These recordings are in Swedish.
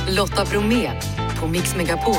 Lotta Bromé på Mix Megapol.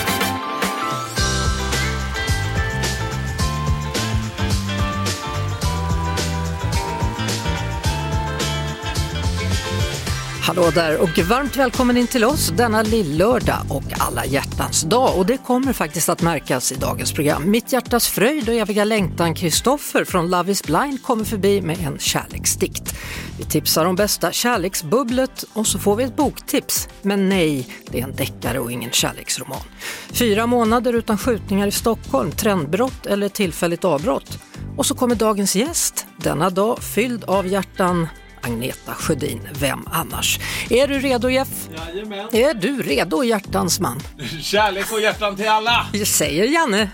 Hallå där och varmt välkommen in till oss denna lillördag och alla hjärtans dag. Och det kommer faktiskt att märkas i dagens program. Mitt hjärtas fröjd och eviga längtan Kristoffer från Love is Blind kommer förbi med en kärleksdikt. Vi tipsar om bästa kärleksbubblet och så får vi ett boktips. Men nej, det är en deckare och ingen kärleksroman. 4 månader utan skjutningar i Stockholm, trendbrott eller tillfälligt avbrott. Och så kommer dagens gäst, denna dag fylld av hjärtan, Agneta Sjödin, vem annars? Är du redo, Jeff? Jajamän. Är du redo, hjärtans man? Kärlek och hjärtan till alla! Säger Janne.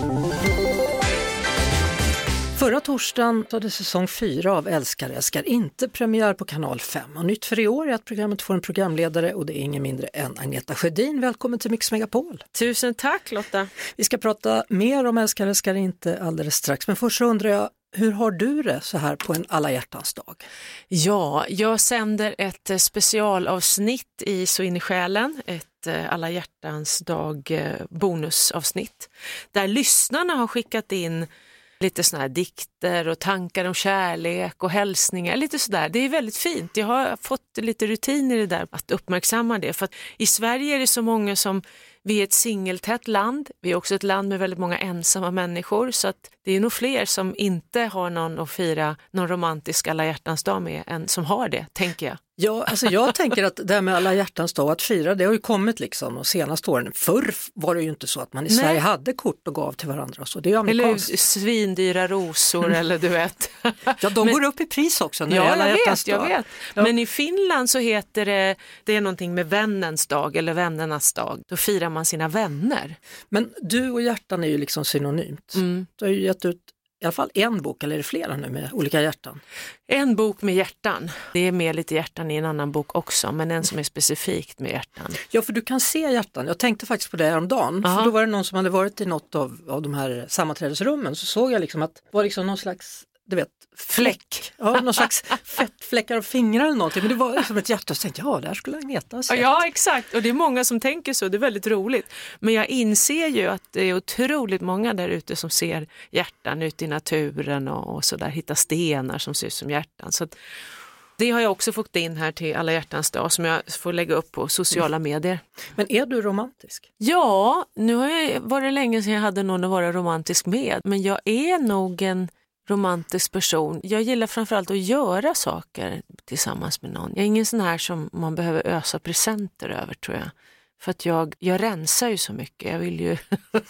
Förra torsdagen hade säsong 4 av Älskar inte premiär på kanal 5. Och nytt för i år är att programmet får en programledare och det är ingen mindre än Agneta Sjödin. Välkommen till Mix Megapol. Tusen tack, Lotta. Vi ska prata mer om Älskar inte alldeles strax. Men först så undrar jag, hur har du det så här på en alla hjärtans dag? Ja, jag sänder ett specialavsnitt i Så in i själen, ett alla hjärtans dag bonusavsnitt, där lyssnarna har skickat in lite såna här dikter och tankar om kärlek och hälsningar, lite sådär. Det är väldigt fint. Jag har fått lite rutin i det där att uppmärksamma det. För att i Sverige är det så många som, vi är ett singeltätt land. Vi är också ett land med väldigt många ensamma människor. Så att det är nog fler som inte har någon att fira någon romantisk alla hjärtans dag med än som har det, tänker jag. Ja, alltså jag tänker att det här med alla hjärtans dag att fira, det har ju kommit liksom de senaste åren. Förr var det ju inte så att man i Sverige hade kort och gav till varandra. Så det är ju amerikanskt. Eller svindyra rosor eller du vet. Ja, de går upp i pris också. När Jag vet. Ja. Men i Finland så heter det är någonting med vännens dag eller vännernas dag. Då firar man sina vänner. Men du och hjärtan är ju liksom synonymt. Du har ju gett ut i alla fall en bok, eller är det flera nu med olika hjärtan? En bok med hjärtan. Det är med lite hjärtan i en annan bok också, men en som är specifikt med hjärtan. Ja, för du kan se hjärtan. Jag tänkte faktiskt på det här om dagen. För då var det någon som hade varit i något av de här sammanträdesrummen. Så såg jag liksom att det var liksom någon slags, du vet, fläck. Ja, någon slags fettfläckar av fingrar eller någonting. Men det var liksom ett hjärta och så tänkte där skulle Agneta ha sett. Ja, exakt. Och det är många som tänker så. Det är väldigt roligt. Men jag inser ju att det är otroligt många där ute som ser hjärtan ute i naturen och så där. Hittar stenar som ser ut som hjärtan. Så att det har jag också fått in här till alla hjärtans dag som jag får lägga upp på sociala medier. Men är du romantisk? Ja, nu var det länge sedan jag hade någon att vara romantisk med. Men jag är nog en romantisk person. Jag gillar framförallt att göra saker tillsammans med någon. Jag är ingen sån här som man behöver ösa presenter över, tror jag. För att jag rensar ju så mycket. Jag vill ju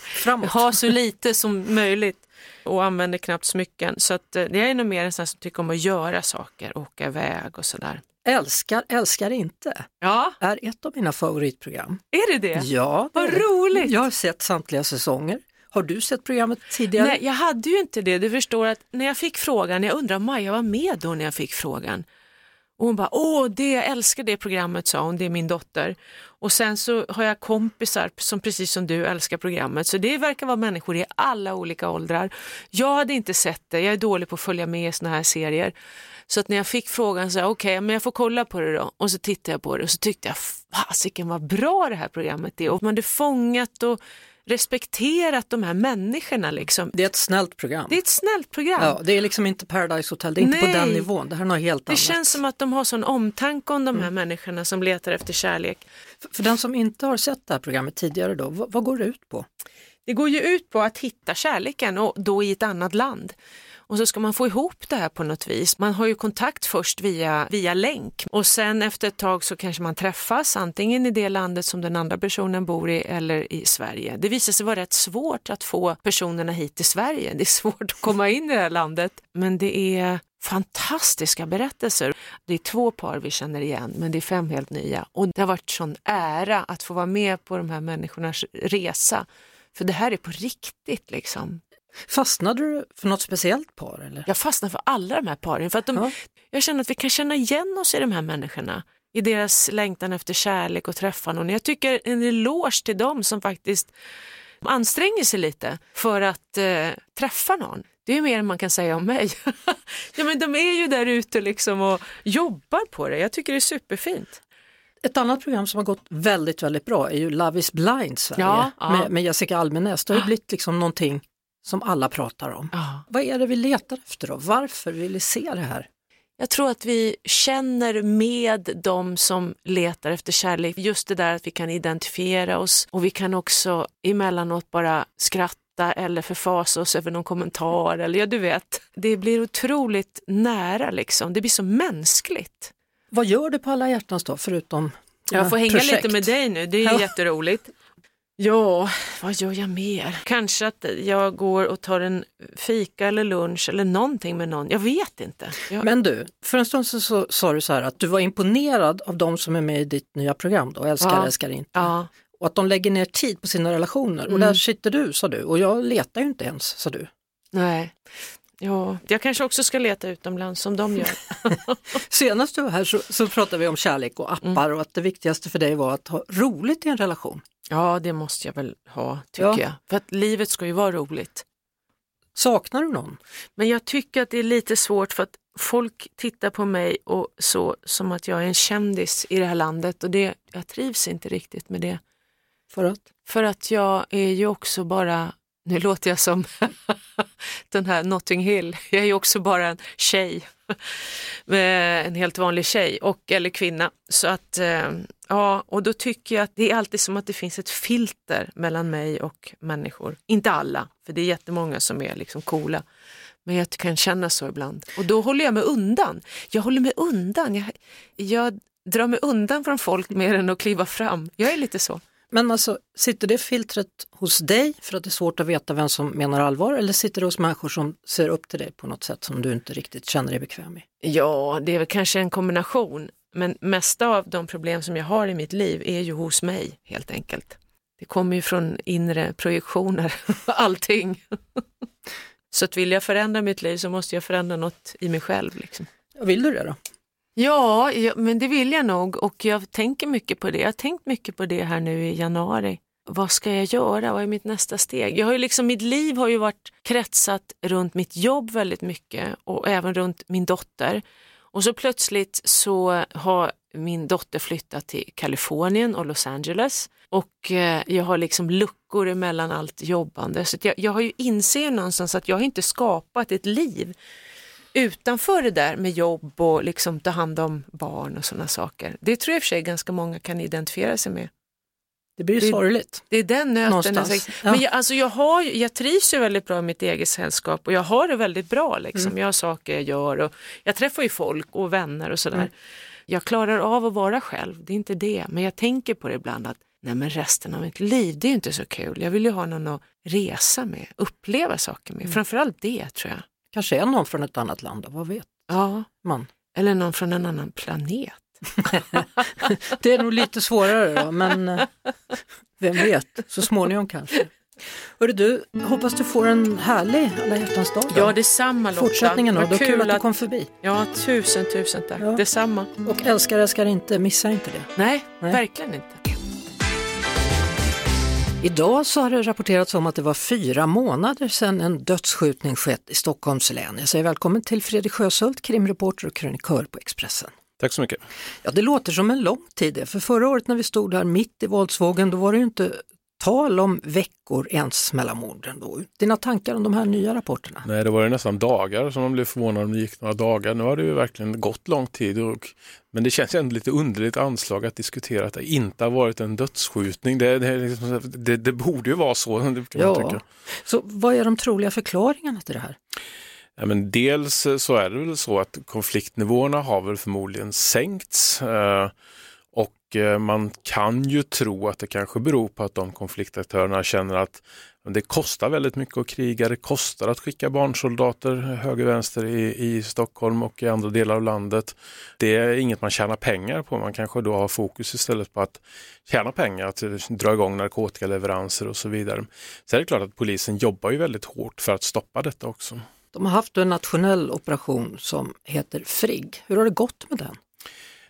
ha så lite som möjligt och använder knappt smycken. Så att jag är nog mer en sån som tycker om att göra saker, åka iväg och sådär. Älskar inte. Ja. Är ett av mina favoritprogram. Är det det? Ja. Vad roligt! Jag har sett samtliga säsonger. Har du sett programmet tidigare? Nej, jag hade ju inte det. Du förstår att när jag fick frågan, jag undrar om Maja var med då när jag fick frågan. Och hon bara, jag älskar det programmet, sa hon, det är min dotter. Och sen så har jag kompisar som precis som du älskar programmet. Så det verkar vara människor i alla olika åldrar. Jag hade inte sett det, jag är dålig på att följa med i såna här serier. Så att när jag fick frågan så sa jag, okej, men jag får kolla på det då. Och så tittade jag på det och så tyckte jag, fasiken vad bra det här programmet är. Och man hade fångat och respekterat de här människorna liksom. Det är ett snällt program. Det är ett snällt program. Ja, det är liksom inte Paradise Hotel, det är inte på den nivån. Det här är något helt annat. Det känns som att de har sån omtanke om de här människorna som letar efter kärlek. För den som inte har sett det här programmet tidigare då, vad går det ut på? Det går ju ut på att hitta kärleken och då i ett annat land. Och så ska man få ihop det här på något vis. Man har ju kontakt först via länk. Och sen efter ett tag så kanske man träffas antingen i det landet som den andra personen bor i eller i Sverige. Det visar sig vara rätt svårt att få personerna hit till Sverige. Det är svårt att komma in i det här landet. Men det är fantastiska berättelser. Det är 2 par vi känner igen, men det är 5 helt nya. Och det har varit sån ära att få vara med på de här människornas resa. För det här är på riktigt liksom. Fastnade du för något speciellt par? Eller? Jag fastnade för alla de här paren. För att jag känner att vi kan känna igen oss i de här människorna. I deras längtan efter kärlek och träffa någon. Jag tycker en eloge till dem som faktiskt anstränger sig lite för att träffa någon. Det är mer än man kan säga om mig. Ja, men de är ju där ute liksom och jobbar på det. Jag tycker det är superfint. Ett annat program som har gått väldigt, väldigt bra är ju Love is blind Sverige med Jessica Almenäs. Det har ju blivit liksom någonting som alla pratar om. Vad är det vi letar efter då? Varför vill vi se det här? Jag tror att vi känner med de som letar efter kärlek. Just det där att vi kan identifiera oss och vi kan också emellanåt bara skratta eller förfasa oss över någon kommentar. Eller ja, du vet. Det blir otroligt nära liksom. Det blir så mänskligt. Vad gör du på Alla hjärtans dag förutom jag får hänga projekt? lite med dig nu, det är jätteroligt. Ja, vad gör jag mer? Kanske att jag går och tar en fika eller lunch eller någonting med någon. Jag vet inte. Men du, för en stund så sa du så här att du var imponerad av de som är med i ditt nya program då, älskar inte. Ja. Och att de lägger ner tid på sina relationer. Och där sitter du, sa du. Och jag letar ju inte ens, sa du. Nej. Ja, jag kanske också ska leta utomlands som de gör. Senast du var här så pratade vi om kärlek och appar och att det viktigaste för dig var att ha roligt i en relation. Ja, det måste jag väl ha, tycker jag. För att livet ska ju vara roligt. Saknar du någon? Men jag tycker att det är lite svårt för att folk tittar på mig och så som att jag är en kändis i det här landet. Och jag trivs inte riktigt med det. För att jag är ju också bara... Nu låter jag som den här Notting Hill. Jag är ju också bara en tjej. En helt vanlig tjej eller kvinna. Så att, och då tycker jag att det är alltid som att det finns ett filter mellan mig och människor. Inte alla, för det är jättemånga som är liksom coola. Men jag kan känna så ibland. Och då håller jag mig undan. Jag håller mig undan. Jag drar mig undan från folk mer än att kliva fram. Jag är lite så. Men alltså, sitter det filtret hos dig för att det är svårt att veta vem som menar allvar, eller sitter det hos människor som ser upp till dig på något sätt som du inte riktigt känner dig bekväm i? Ja, det är väl kanske en kombination. Men mesta av de problem som jag har i mitt liv är ju hos mig, helt enkelt. Det kommer ju från inre projektioner, allting. Så att vill jag förändra mitt liv så måste jag förändra något i mig själv. Liksom. Vill du det då? Ja, men det vill jag nog och jag tänker mycket på det. Jag har tänkt mycket på det här nu i januari. Vad ska jag göra? Vad är mitt nästa steg? Jag har ju liksom, mitt liv har ju varit kretsat runt mitt jobb väldigt mycket och även runt min dotter. Och så plötsligt så har min dotter flyttat till Kalifornien och Los Angeles. Och jag har liksom luckor emellan allt jobbande. Så jag har ju insett någonstans att jag har inte skapat ett liv utanför det där med jobb och liksom ta hand om barn och sådana saker. Det tror jag i och för sig ganska många kan identifiera sig med. Det blir ju sorgligt. Det är den nöten. Men jag trivs ju väldigt bra i mitt eget sällskap och jag har det väldigt bra. Liksom. Jag har saker jag gör och jag träffar ju folk och vänner och sådär. Jag klarar av att vara själv, det är inte det. Men jag tänker på det ibland att nej, men resten av mitt liv, det är inte så kul. Jag vill ju ha någon att resa med, uppleva saker med. Framförallt det, tror jag. Kanske är någon från ett annat land, vad vet man? Eller någon från en annan planet. Det är nog lite svårare då, men vem vet, så småningom kanske. Hörru du, hoppas du får en härlig Alla hjärtans dag. Ja, detsamma Lotta. Fortsättningen då, kul att du kom förbi. Ja, tusen tack. Ja. Detsamma. Och älskar inte, missa inte det. Nej, verkligen inte. Idag så har det rapporterats om att det var 4 månader sedan en dödsskjutning skett i Stockholms län. Jag säger välkommen till Fredrik Sjöshult, krimreporter och krönikör på Expressen. Tack så mycket. Ja, det låter som en lång tid. För förra året när vi stod här mitt i våldsvågen, då var det ju inte tal om veckor ens mellan morden då. Dina tankar om de här nya rapporterna? Nej, det var ju nästan dagar som man blev förvånad om det gick några dagar. Nu har det ju verkligen gått lång tid. Men det känns ändå lite underligt anslag att diskutera att det inte har varit en dödsskjutning. Det borde ju vara så. Kan man tycka. Så vad är de troliga förklaringarna till det här? Ja, men dels så är det väl så att konfliktnivåerna har väl förmodligen sänkts. Och man kan ju tro att det kanske beror på att de konfliktaktörerna känner att det kostar väldigt mycket att kriga, det kostar att skicka barnsoldater höger-vänster i Stockholm och i andra delar av landet. Det är inget man tjänar pengar på, man kanske då har fokus istället på att tjäna pengar, att dra igång narkotikaleveranser och så vidare. Så är det klart att polisen jobbar ju väldigt hårt för att stoppa detta också. De har haft en nationell operation som heter FRIG. Hur har det gått med den?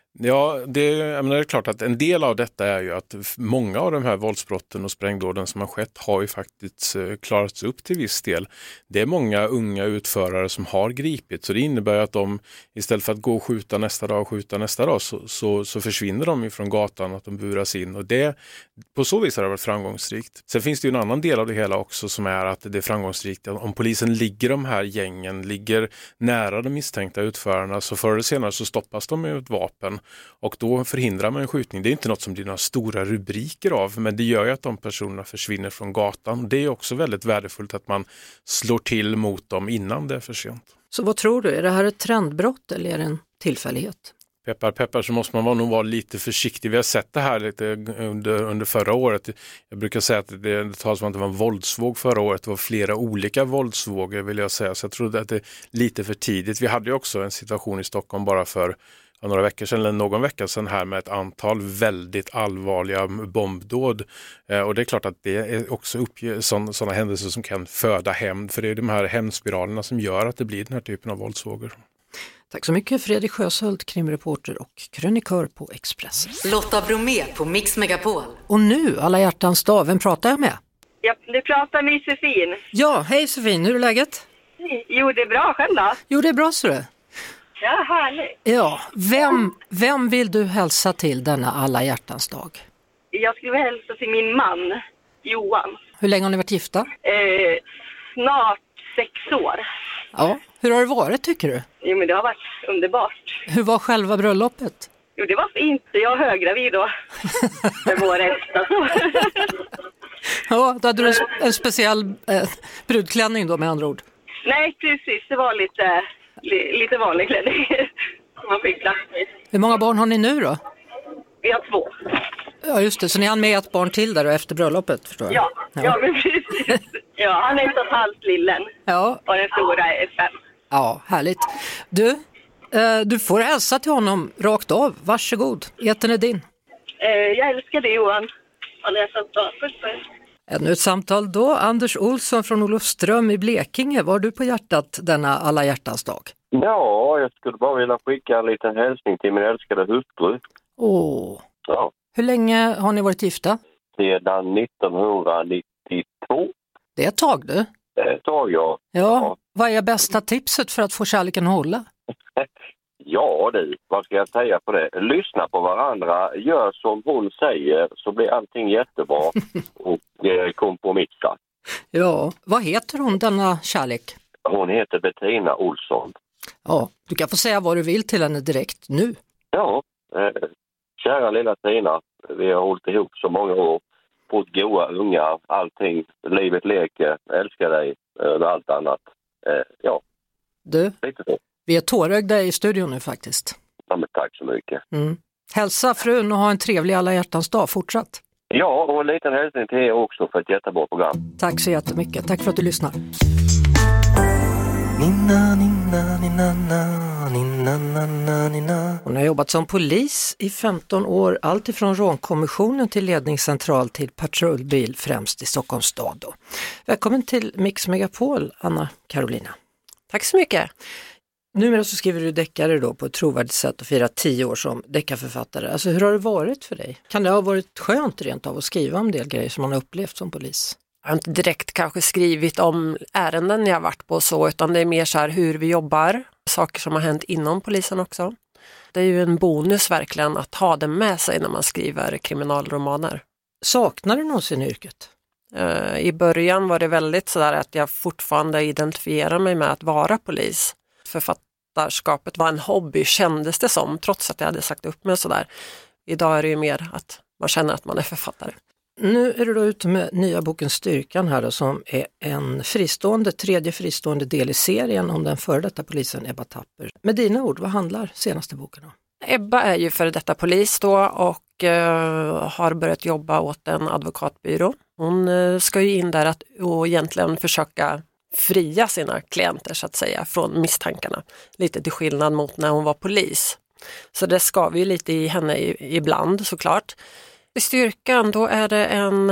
Ja, det är klart att en del av detta är ju att många av de här våldsbrotten och sprängdåden som har skett har ju faktiskt klarats upp till viss del. Det är många unga utförare som har gripit, så det innebär att de istället för att gå och skjuta nästa dag så försvinner de ifrån gatan, att de buras in, och det på så vis har det varit framgångsrikt. Sen finns det ju en annan del av det hela också som är att det är framgångsrikt om polisen de här gängen ligger nära de misstänkta utförarna, så förr eller senare så stoppas de med ett vapen. Och då förhindrar man en skjutning. Det är inte något som blir några stora rubriker av, men det gör ju att de personerna försvinner från gatan. Det är också väldigt värdefullt att man slår till mot dem innan det är för sent. Så vad tror du? Är det här ett trendbrott eller är det en tillfällighet? Peppar så måste man nog vara lite försiktig. Vi har sett det här lite under förra året. Jag brukar säga att det talas om att det var en våldsvåg förra året. Det var flera olika våldsvågor, vill jag säga. Så jag tror att det är lite för tidigt. Vi hade ju också en situation i Stockholm bara för några veckor sedan eller någon vecka sedan här med ett antal väldigt allvarliga bombdåd. Och det är klart att det är också sådana händelser som kan föda hämnd. För det är de här hämndspiralerna som gör att det blir den här typen av våldsvågor. Tack så mycket Fredrik Sjöshult, krimreporter och krönikör på Expressen. Lotta Bromé på Mix Megapol. Och nu, alla hjärtans dag, vem pratar jag med? Ja, du pratar med Josefin. Ja, hej Josefin, hur är läget? Jo, det är bra, själv då? Jo, det är bra så det. Ja, härligt. Ja, vem vill du hälsa till denna alla hjärtans dag? Jag skulle hälsa till min man, Johan. Hur länge har ni varit gifta? Snart 6 år. Ja, hur har det varit tycker du? Jo, men det har varit underbart. Hur var själva bröllopet? Jo, det var fint. Jag är höggravid då. För vår äldsta. Ja, då hade du en speciell brudklänning då med andra ord. Nej, precis. Det var lite vanlig klänning. Man fick plats med. Hur många barn har ni nu då? Vi har 2. Ja, just det. Så ni hann med ett barn till där då efter bröllopet, förstår jag? Ja, men precis. Ja, han är 1,5 lillen. Ja. Och den stora är 5. Ja, härligt. Du får hälsa till honom rakt av. Varsågod, etern är din. Jag älskar dig, Johan. Och läsa upp då. Ännu ett samtal då. Anders Olsson från Olofström i Blekinge. Var du på hjärtat denna alla hjärtans dag? Ja, jag skulle bara vilja skicka en liten hälsning till min älskade hustru. Åh. Ja. Hur länge har ni varit gifta? Sedan 1992. Det är ett tag du. Det tar jag. Ja. Vad är bästa tipset för att få kärleken att hålla? Ja du, vad ska jag säga på det? Lyssna på varandra, gör som hon säger så blir allting jättebra och kompromissa. Ja, vad heter hon denna kärlek? Hon heter Bettina Olsson. Ja, du kan få säga vad du vill till henne direkt nu. Ja, kära lilla Tina, vi har hållit ihop så många år. På goda unga, allting, livet leker, älskar dig och allt annat. Ja, du, lite så. Vi är tårögda i studion nu faktiskt. Ja, men tack så mycket. Hälsa frun och ha en trevlig alla hjärtans dag fortsatt. Ja, och en liten hälsning till er också för ett jättebra program. Tack så jättemycket. Tack för att du lyssnar. Hon har jobbat som polis i 15 år, allt ifrån rånkommissionen till ledningscentral till patrullbil, främst i Stockholms stad då. Välkommen till Mix Megapol, Anna Carolina. Tack så mycket. Numera så skriver du deckare då på ett trovärdigt sätt och firar 10 år som deckarförfattare. Alltså hur har det varit för dig? Kan det ha varit skönt rent av att skriva om del grejer som man har upplevt som polis? Jag har inte direkt kanske skrivit om ärenden jag har varit på så, utan det är mer så här hur vi jobbar, saker som har hänt inom polisen också. Det är ju en bonus verkligen att ha det med sig när man skriver kriminalromaner. Saknar du någonsin yrket? I början var det väldigt sådär att jag fortfarande identifierar mig med att vara polis. Författarskapet var en hobby kändes det som, trots att jag hade sagt upp mig sådär. Idag är det ju mer att man känner att man är författare. Nu är du då ute med nya boken Styrkan här då, som är en tredje fristående del i serien om den före detta polisen Ebba Tapper. Med dina ord, vad handlar senaste boken om? Ebba är ju före detta polis då och har börjat jobba åt en advokatbyrå. Hon ska ju in där och egentligen försöka fria sina klienter så att säga från misstankarna. Lite till skillnad mot när hon var polis. Så det ska vi lite i henne ibland såklart. I Styrkan då är det en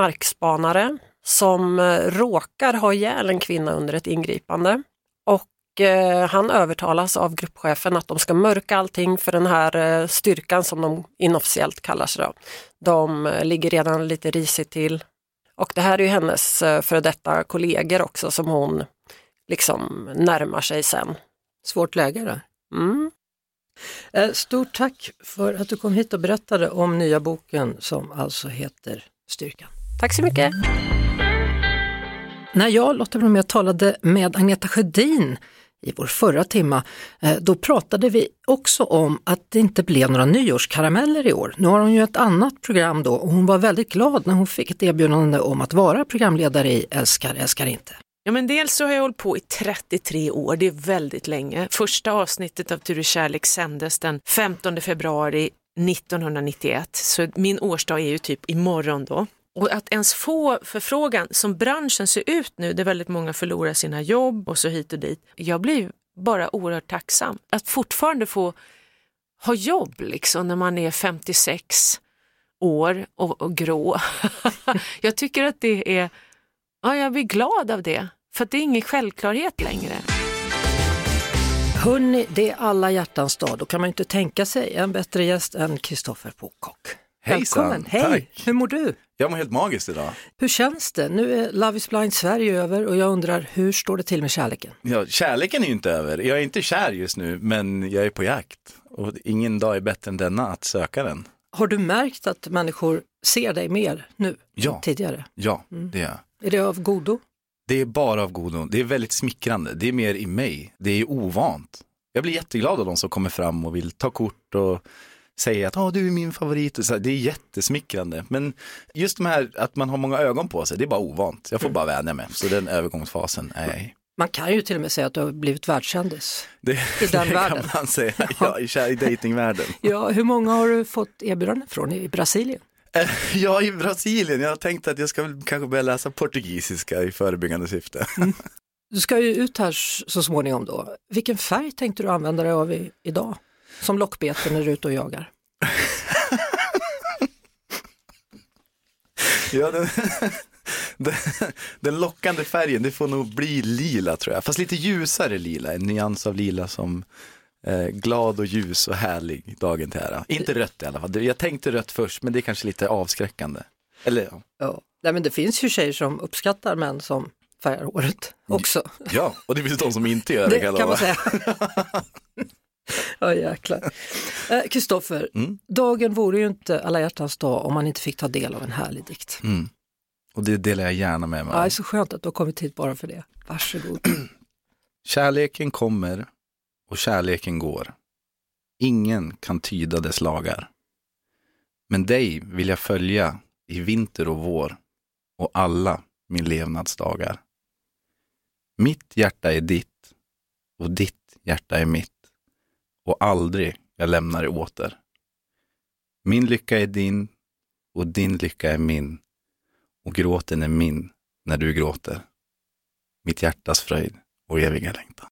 knarkspanare som råkar ha ihjäl en kvinna under ett ingripande. Och han övertalas av gruppchefen att de ska mörka allting för den här styrkan som de inofficiellt kallar sig då. De ligger redan lite risigt till. Och det här är ju hennes före detta kollegor också som hon liksom närmar sig sen. Svårt läge där. Stort tack för att du kom hit och berättade om nya boken som alltså heter Styrkan. Tack så mycket. När jag, Lotta Bromé, talade med Agneta Sjödin i vår förra timma, då pratade vi också om att det inte blev några nyårskarameller i år. Nu har hon ju ett annat program då och hon var väldigt glad när hon fick ett erbjudande om att vara programledare i Älskar inte. Ja, men dels så har jag hållit på i 33 år, det är väldigt länge. Första avsnittet av Tur och kärlek sändes den 15 februari 1991, så min årsdag är ju typ imorgon då. Och att ens få förfrågan som branschen ser ut nu, där väldigt många förlorar sina jobb och så hit och dit. Jag blir bara oerhört tacksam att fortfarande få ha jobb liksom när man är 56 år och grå. Jag tycker att det är, ja, jag blir glad av det, för att det är ingen självklarhet längre. Hörrni, det är alla hjärtans dag. Då kan man inte tänka sig en bättre gäst än Kristoffer Pocock. Hejsan, välkommen. Hej, tack. Hur mår du? Jag mår helt magiskt idag. Hur känns det? Nu är Love is blind Sverige över och jag undrar, hur står det till med kärleken? Ja, kärleken är ju inte över. Jag är inte kär just nu, men jag är på jakt. Och ingen dag är bättre än denna att söka den. Har du märkt att människor ser dig mer nu än tidigare? Ja, det är. Är det av godo? Det är bara av godo. Det är väldigt smickrande. Det är mer i mig. Det är ovant. Jag blir jätteglad av de som kommer fram och vill ta kort och säga att du är min favorit. Och så, det är jättesmickrande. Men just de här att man har många ögon på sig, det är bara ovant. Jag får bara vänja mig. Så den övergångsfasen, nej. Man kan ju till och med säga att du har blivit världskändis i den det världen. Kan man säga, i datingvärlden. Ja, hur många har du fått erbjudanden från i Brasilien? Ja, i Brasilien. Jag har tänkt att jag ska väl kanske börja läsa portugisiska i förebyggande syfte. Du ska ju ut här så småningom då. Vilken färg tänkte du använda dig av idag? Som lockbete när du är ute och jagar? Ja, den lockande färgen, det får nog bli lila tror jag. Fast lite ljusare lila, en nyans av lila som glad och ljus och härlig dagen till ära. Inte rött i alla fall. Jag tänkte rött först, men det är kanske lite avskräckande. Eller ja. Nej, men det finns ju tjejer som uppskattar män som färgar håret också. Ja, och det finns de som inte gör det. Kan man säga. Ja, jäklar. Kristoffer, dagen vore ju inte alla hjärtans dag om man inte fick ta del av en härlig dikt. Och det delar jag gärna med mig. Ja, det är så skönt att du har kommit hit bara för det. Varsågod. Kärleken kommer och kärleken går. Ingen kan tyda dess lagar. Men dig vill jag följa i vinter och vår och alla min levnadsdagar. Mitt hjärta är ditt och ditt hjärta är mitt och aldrig jag lämnar det åter. Min lycka är din och din lycka är min och gråten är min när du gråter. Mitt hjärtas fröjd och eviga längtan.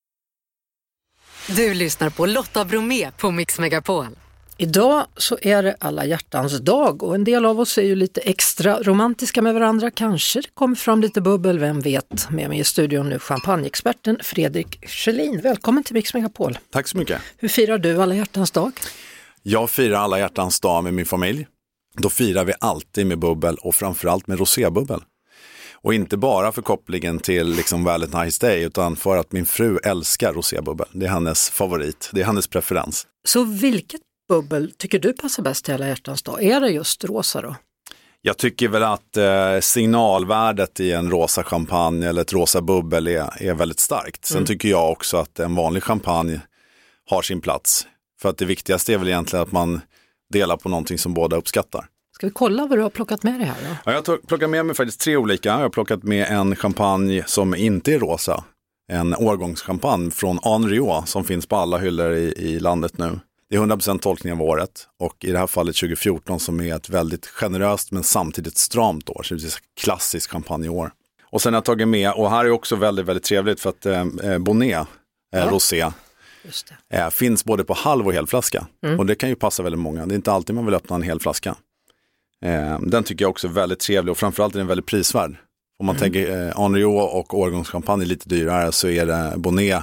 Du lyssnar på Lotta Bromé på Mix Megapol. Idag så är det alla hjärtans dag och en del av oss är ju lite extra romantiska med varandra. Kanske det kommer fram lite bubbel, vem vet. Med mig i studion nu champagneexperten Fredrik Kjellin. Välkommen till Mix Megapol. Tack så mycket. Hur firar du alla hjärtans dag? Jag firar alla hjärtans dag med min familj. Då firar vi alltid med bubbel och framförallt med rosébubbel. Och inte bara för kopplingen till liksom Valentine's Day utan för att min fru älskar rosébubbel. Det är hennes favorit, det är hennes preferens. Så vilket bubbel tycker du passar bäst till alla hjärtans dag? Är det just rosa då? Jag tycker väl att signalvärdet i en rosa champagne eller ett rosa bubbel är väldigt starkt. Sen tycker jag också att en vanlig champagne har sin plats. För att det viktigaste är väl egentligen att man delar på någonting som båda uppskattar. Ska vi kolla vad du har plockat med dig här då? Ja, jag har plockat med mig faktiskt 3 olika. Jag har plockat med en champagne som inte är rosa. En årgångschampagne från Henriot som finns på alla hyllor i landet nu. Det är 100% tolkning av året och i det här fallet 2014 som är ett väldigt generöst men samtidigt stramt år. Så det är ett klassiskt champagneår. Och sen har jag tagit med, och här är också väldigt, väldigt trevligt för att Bonnet rosé Just finns både på halv- och helflaska. Och det kan ju passa väldigt många. Det är inte alltid man vill öppna en hel flaska. Den tycker jag också är väldigt trevlig och framförallt är den väldigt prisvärd. Om man tänker Henriot och årgångschampagne är lite dyrare så är det Bonnet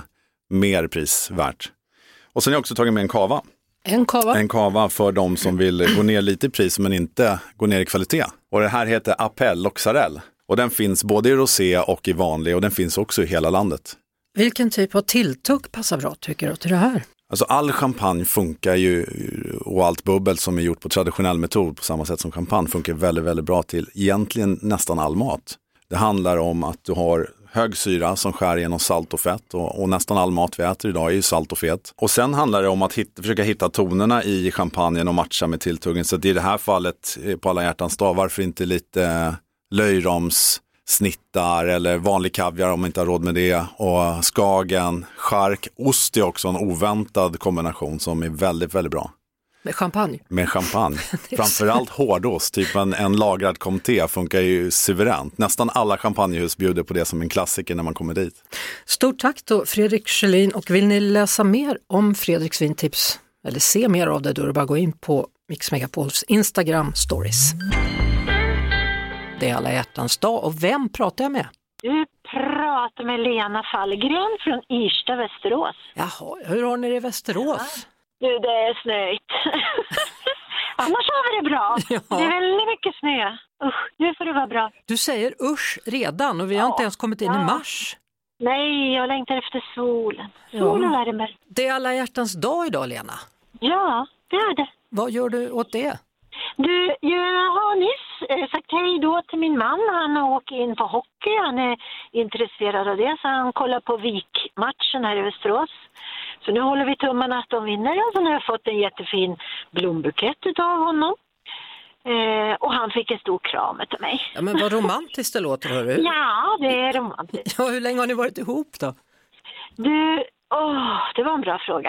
mer prisvärt. Och sen har jag också tagit med en kava. En kava för de som vill gå ner lite i pris men inte gå ner i kvalitet. Och det här heter Appel Loxarell. Och den finns både i rosé och i vanlig och den finns också i hela landet. Vilken typ av tilltugg passar bra tycker du till det här? Alltså all champagne funkar ju och allt bubbel som är gjort på traditionell metod på samma sätt som champagne funkar väldigt, väldigt bra till egentligen nästan all mat. Det handlar om att du har hög syra som skär genom salt och fett och nästan all mat vi äter idag är ju salt och fet. Och sen handlar det om att försöka hitta tonerna i champagnen och matcha med tilltuggen. Så det är i det här fallet på alla hjärtans dag, varför inte lite löjroms snittar eller vanlig kaviar om man inte har råd med det. Och skagen, chark, ost är också en oväntad kombination som är väldigt, väldigt bra. Med champagne. Framförallt hårdost, typ en lagrad comté funkar ju suveränt. Nästan alla champagnehus bjuder på det som en klassiker när man kommer dit. Stort tack då Fredrik Sjölin, och vill ni läsa mer om Fredriks vintips eller se mer av det, då är det bara att gå in på Mix Megapols Instagram stories. Det är alla hjärtans dag, och vem pratar jag med? Du pratar med Lena Fallgren från Irsta, Västerås. Jaha, hur har ni det i Västerås? Ja. Du, det är snöigt. Annars har vi det bra. Ja. Det är väldigt mycket snö. Usch, nu får det vara bra. Du säger usch redan och vi har inte ens kommit in i mars. Nej, jag längtar efter solen. Sol och värme. Det är alla hjärtans dag idag, Lena. Ja, det är det. Vad gör du åt det? Du, jag har nyss sagt hej då till min man. Han åker in på hockey. Han är intresserad av det, så han kollar på Vik-matchen här i Västerås. Så nu håller vi tummarna att de vinner. Och så har jag fått en jättefin blombukett av honom. Och han fick en stor kram av mig. Ja, men vad romantiskt det låter, hör du? Ja, det är romantiskt. Ja, hur länge har ni varit ihop då? Du, det var en bra fråga.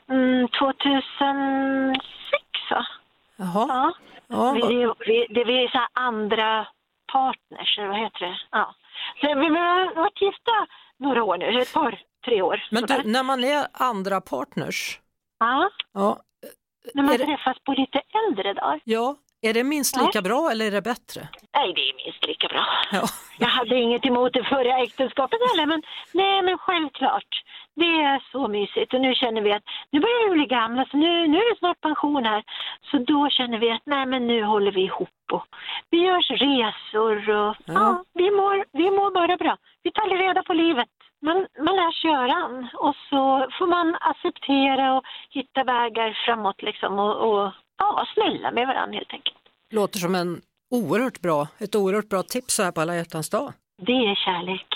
2006 va? Jaha. Ja. Vi är så här andra partners, vad heter det? Ja. Så vi har varit gifta några år nu, 3 år. Men du, när man är andra partners? Ja. När man det... träffas på lite äldre dagar. Ja, är det minst lika bra eller är det bättre? Nej, det är minst lika bra. Ja. Jag hade inget emot det förra äktenskapet heller, men självklart. Det är så mysigt, och nu känner vi att nu börjar vi bli gamla, så nu är det snart pension här. Så då känner vi att nu håller vi ihop och vi gör resor och vi mår bara bra. Vi tar reda på livet. Man lär sig göra och så får man acceptera och hitta vägar framåt liksom och snälla med varandra helt enkelt. Låter som ett oerhört bra tips här på alla hjärtans dag. Det är kärlek.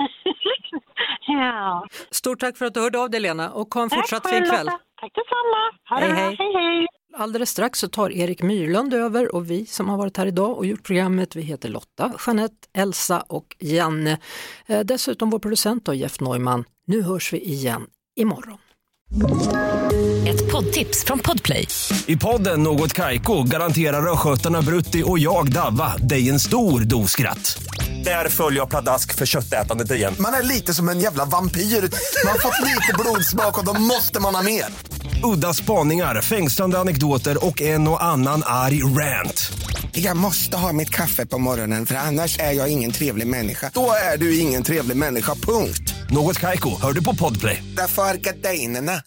Ja. Stort tack för att du hörde av dig, Lena, och ha en fortsatt fin kväll. Tack detsamma. Hej. Alldeles strax så tar Erik Myrlund över, och vi som har varit här idag och gjort programmet, vi heter Lotta, Jeanette, Elsa och Janne. Dessutom vår producent då, Jeff Neumann. Nu hörs vi igen imorgon. Ett poddtips från Podplay. I podden Något Kaiko garanterar röskötarna Brutti och jag Davva dig en stor doskratt. Där följer jag pladask för köttätandet igen. Man är lite som en jävla vampyr. Man har fått lite blodsmak och då måste man ha mer. Udda spaningar, fängslande anekdoter och en och annan arg rant. Jag måste ha mitt kaffe på morgonen, för annars är jag ingen trevlig människa. Då är du ingen trevlig människa, punkt. Något Kaiko, hör du på Podplay. Därför är gardinerna.